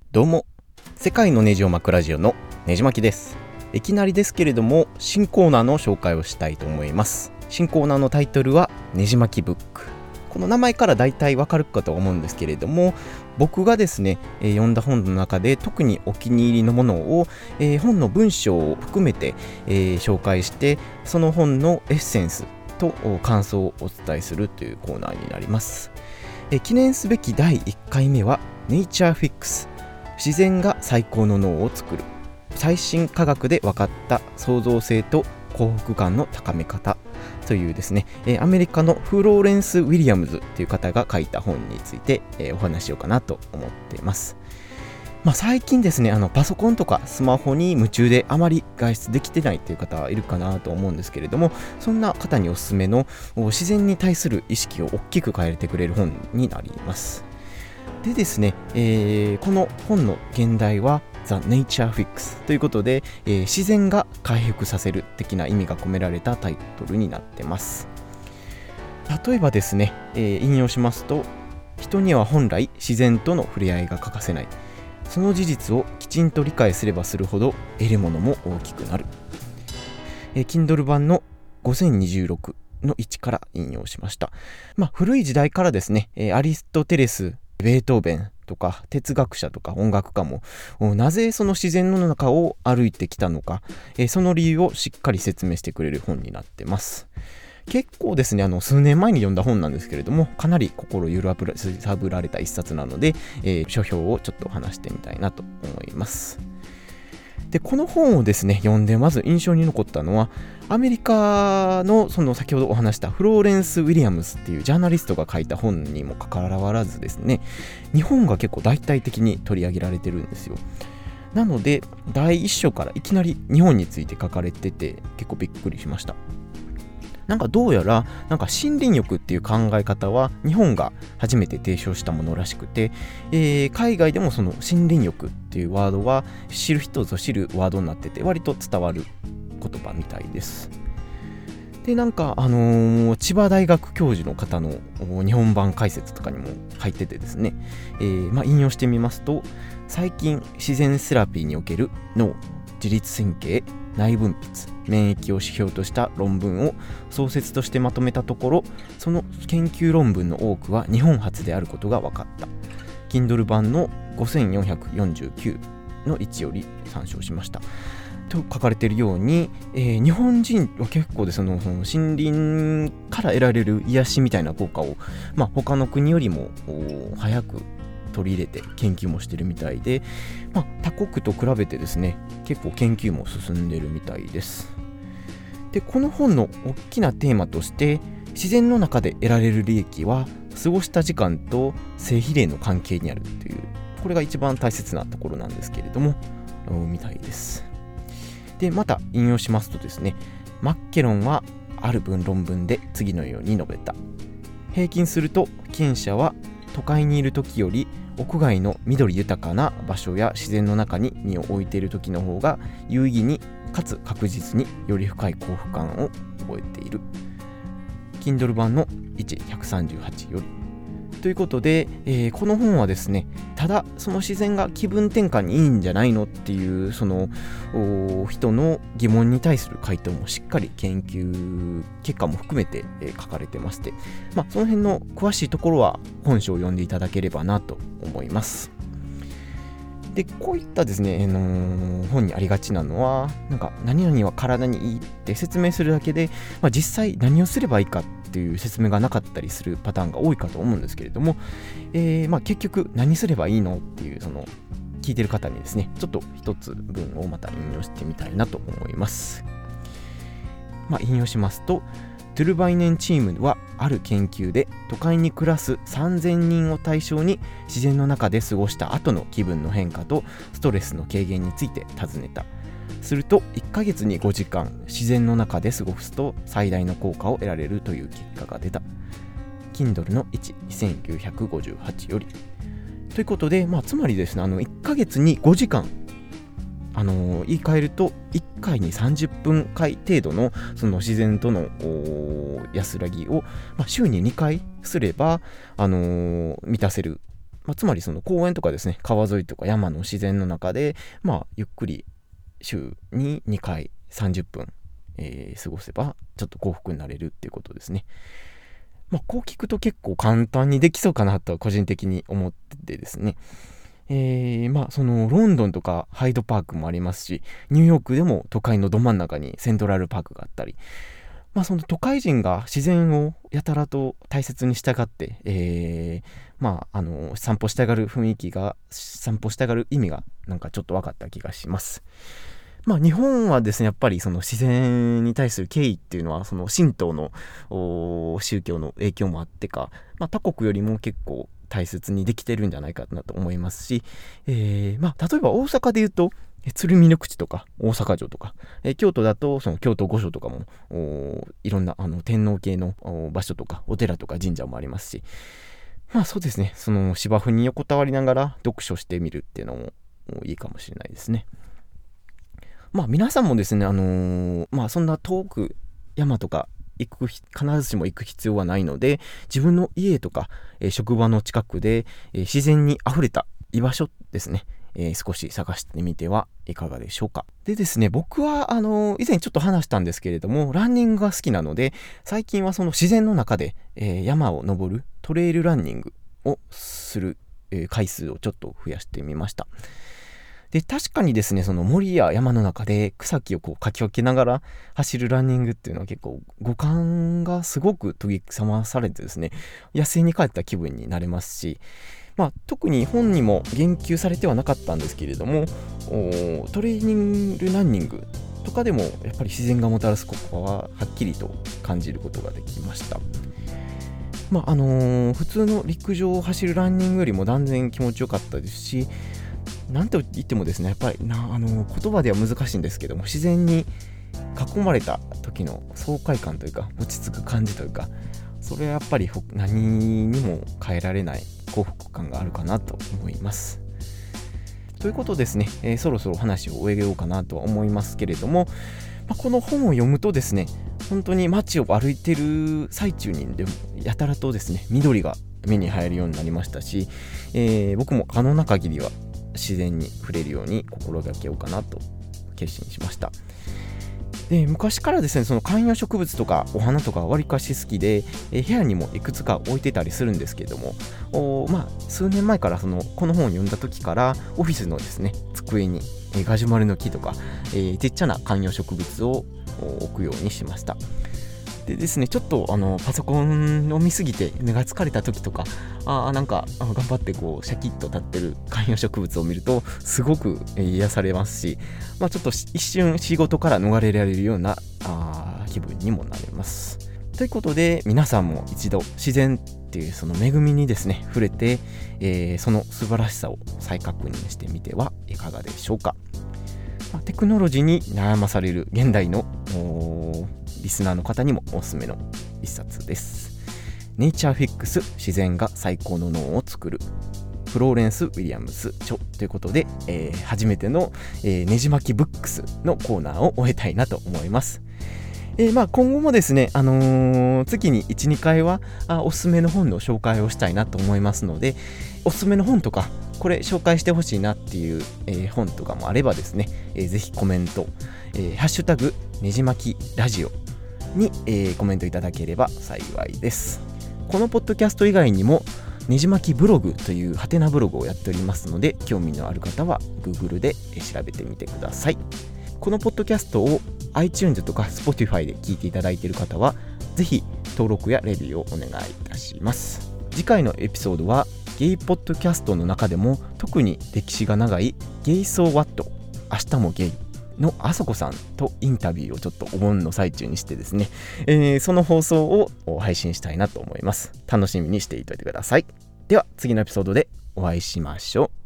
どうも、世界のネジを巻くラジオのネジ巻きです。いきなりですけれども、新コーナーの紹介をしたいと思います。新コーナーのタイトルはネジ巻きブック。この名前から大体わかるかと思うんですけれども、僕がですね、読んだ本の中で特にお気に入りのものを、本の文章を含めて、紹介して、その本のエッセンスと感想をお伝えするというコーナーになります。記念すべき第1回目はネイチャーフィックス、自然が最高の脳を作る、最新科学で分かった創造性と幸福感の高め方というですね、アメリカのフローレンス・ウィリアムズという方が書いた本について、お話ししようかなと思っています。最近ですね、パソコンとかスマホに夢中であまり外出できてないという方いるかなと思うんですけれども、そんな方におすすめの自然に対する意識を大きく変えてくれる本になります。でですね、この本の現代は The Nature Fix ということで、自然が回復させる的な意味が込められたタイトルになってます。例えばですね、引用しますと、人には本来自然との触れ合いが欠かせない。その事実をきちんと理解すればするほど得るものも大きくなる。Kindle 版の5026の1から引用しました。古い時代からですね、アリストテレス、ベートーベンとか哲学者とか音楽家もなぜその自然の中を歩いてきたのか、その理由をしっかり説明してくれる本になってます。結構ですね、数年前に読んだ本なんですけれども、かなり心揺さぶられた一冊なので、書評をちょっと話してみたいなと思います。で、この本をですね、読んでまず印象に残ったのは、アメリカのその先ほどお話したフローレンス・ウィリアムスっていうジャーナリストが書いた本にもかかわらずですね、日本が結構大々的に取り上げられてるんですよ。なので、第一章からいきなり日本について書かれてて、結構びっくりしました。どうやら森林浴っていう考え方は日本が初めて提唱したものらしくて、海外でもその森林浴っていうワードは知る人ぞ知るワードになってて、割と伝わる言葉みたいです。で、千葉大学教授の方の日本版解説とかにも入っててですね、引用してみますと、最近自然セラピーにおける脳、自律神経、内分泌、免疫を指標とした論文を創設としてまとめたところ、その研究論文の多くは日本初であることが分かった。 Kindle 版の5449の1より参照しましたと書かれているように、日本人は結構でその森林から得られる癒しみたいな効果を、他の国よりも早く取り入れて研究もしてるみたいで、他国と比べてですね、結構研究も進んでるみたいです。で、この本の大きなテーマとして、自然の中で得られる利益は過ごした時間と性比例の関係にあるという、これが一番大切なところなんですけれども、みたいです。で、また引用しますとですね、マッケロンはある論文で次のように述べた。平均すると被験者は都会にいる時より屋外の緑豊かな場所や自然の中に身を置いている時の方が有意義にかつ確実により深い幸福感を覚えている。 Kindle 版の138よりということで、この本はですね、ただその自然が気分転換にいいんじゃないのっていうその人の疑問に対する回答もしっかり研究結果も含めて、書かれてまして、その辺の詳しいところは本書を読んでいただければなと思います。で、こういったですね、本にありがちなのは、何々は体にいいって説明するだけで、実際何をすればいいかっていう説明がなかったりするパターンが多いかと思うんですけれども、結局何すればいいのっていうその聞いてる方にですね、ちょっと一つ文をまた引用してみたいなと思います。引用しますと、トゥルバイネンチームはある研究で都会に暮らす3000人を対象に自然の中で過ごした後の気分の変化とストレスの軽減について尋ねた。すると1ヶ月に5時間自然の中で過ごすと最大の効果を得られるという結果が出た。 Kindle の12958よりということで、つまりですね、1ヶ月に5時間言い換えると1回に30分回程度のその自然との安らぎを、週に2回すれば満たせるつまりその公園とかですね、川沿いとか山の自然の中で、ゆっくり週に2回30分、過ごせばちょっと幸福になれるっていうことですね。こう聞くと結構簡単にできそうかなと個人的に思ってですね、そのロンドンとかハイドパークもありますし、ニューヨークでも都会のど真ん中にセントラルパークがあったり、その都会人が自然をやたらと大切にしたがって、散歩したがる散歩したがる意味がなんかちょっと分かった気がします。日本はですね、やっぱりその自然に対する敬意っていうのは、その神道の宗教の影響もあってか、他国よりも結構大切にできてるんじゃないかなと思いますし、例えば大阪で言うと鶴見の口とか大阪城とか、京都だとその京都御所とかもいろんな天皇系の場所とかお寺とか神社もありますし、そうですね、その芝生に横たわりながら読書してみるっていうのもいいかもしれないですね。皆さんもですね、そんな遠く山とか必ずしも行く必要はないので、自分の家とか、職場の近くで、自然にあふれた居場所ですね、少し探してみてはいかがでしょうか。でですね、僕は以前ちょっと話したんですけれども、ランニングが好きなので、最近はその自然の中で、山を登るトレイルランニングをする、回数をちょっと増やしてみました。で、確かにですね、その森や山の中で草木をかき分けながら走るランニングっていうのは結構五感がすごく研ぎ澄まされてですね、野生に帰った気分になれますし、特に本にも言及されてはなかったんですけれども、トレーニングランニングとかでもやっぱり自然がもたらす効果ははっきりと感じることができました。普通の陸上を走るランニングよりも断然気持ちよかったですし、なんと言ってもですね、やっぱり言葉では難しいんですけども、自然に囲まれた時の爽快感というか、落ち着く感じというか、それはやっぱり何にも変えられない幸福感があるかなと思います。ということですね、そろそろ話を終えようかなとは思いますけれども、この本を読むとですね、本当に街を歩いている最中にでもやたらとですね、緑が目に入るようになりましたし、僕も可能な限りは自然に触れるように心がけようかなと決心しました。で、昔からですね、その観葉植物とかお花とかわりかし好きで、部屋にもいくつか置いてたりするんですけれども、数年前からこの本を読んだ時からオフィスのですね、机にガジュマルの木とか、ちっちゃな観葉植物を置くようにしました。でですね、ちょっとパソコンを見すぎて目が疲れた時とか、なんか頑張ってシャキッと立ってる観葉植物を見るとすごく癒されますし、ちょっと一瞬仕事から逃れられるような気分にもなれます。ということで、皆さんも一度自然っていうその恵みにですね触れて、その素晴らしさを再確認してみてはいかがでしょうか。テクノロジーに悩まされる現代のリスナーの方にもおすすめの一冊です。ネイチャーフィックス、自然が最高の脳を作る、フローレンス・ウィリアムス著ということで、初めての、ねじまきブックスのコーナーを終えたいなと思います。今後もですね、月に 1,2 回はおすすめの本の紹介をしたいなと思いますので、おすすめの本とかこれ紹介してほしいなっていう、本とかもあればですね、ぜひコメント、ハッシュタグねじまきラジオに、コメントいただければ幸いです。このポッドキャスト以外にもねじまきブログというハテナブログをやっておりますので、興味のある方は Google で調べてみてください。このポッドキャストを iTunes とか Spotify で聞いていただいている方はぜひ登録やレビューをお願いいたします。次回のエピソードはゲイポッドキャストの中でも特に歴史が長いゲイソーワット明日もゲイのあそこさんとインタビューをちょっとお盆の最中にしてですね、その放送を配信したいなと思います。楽しみにしていておいてください。では次のエピソードでお会いしましょう。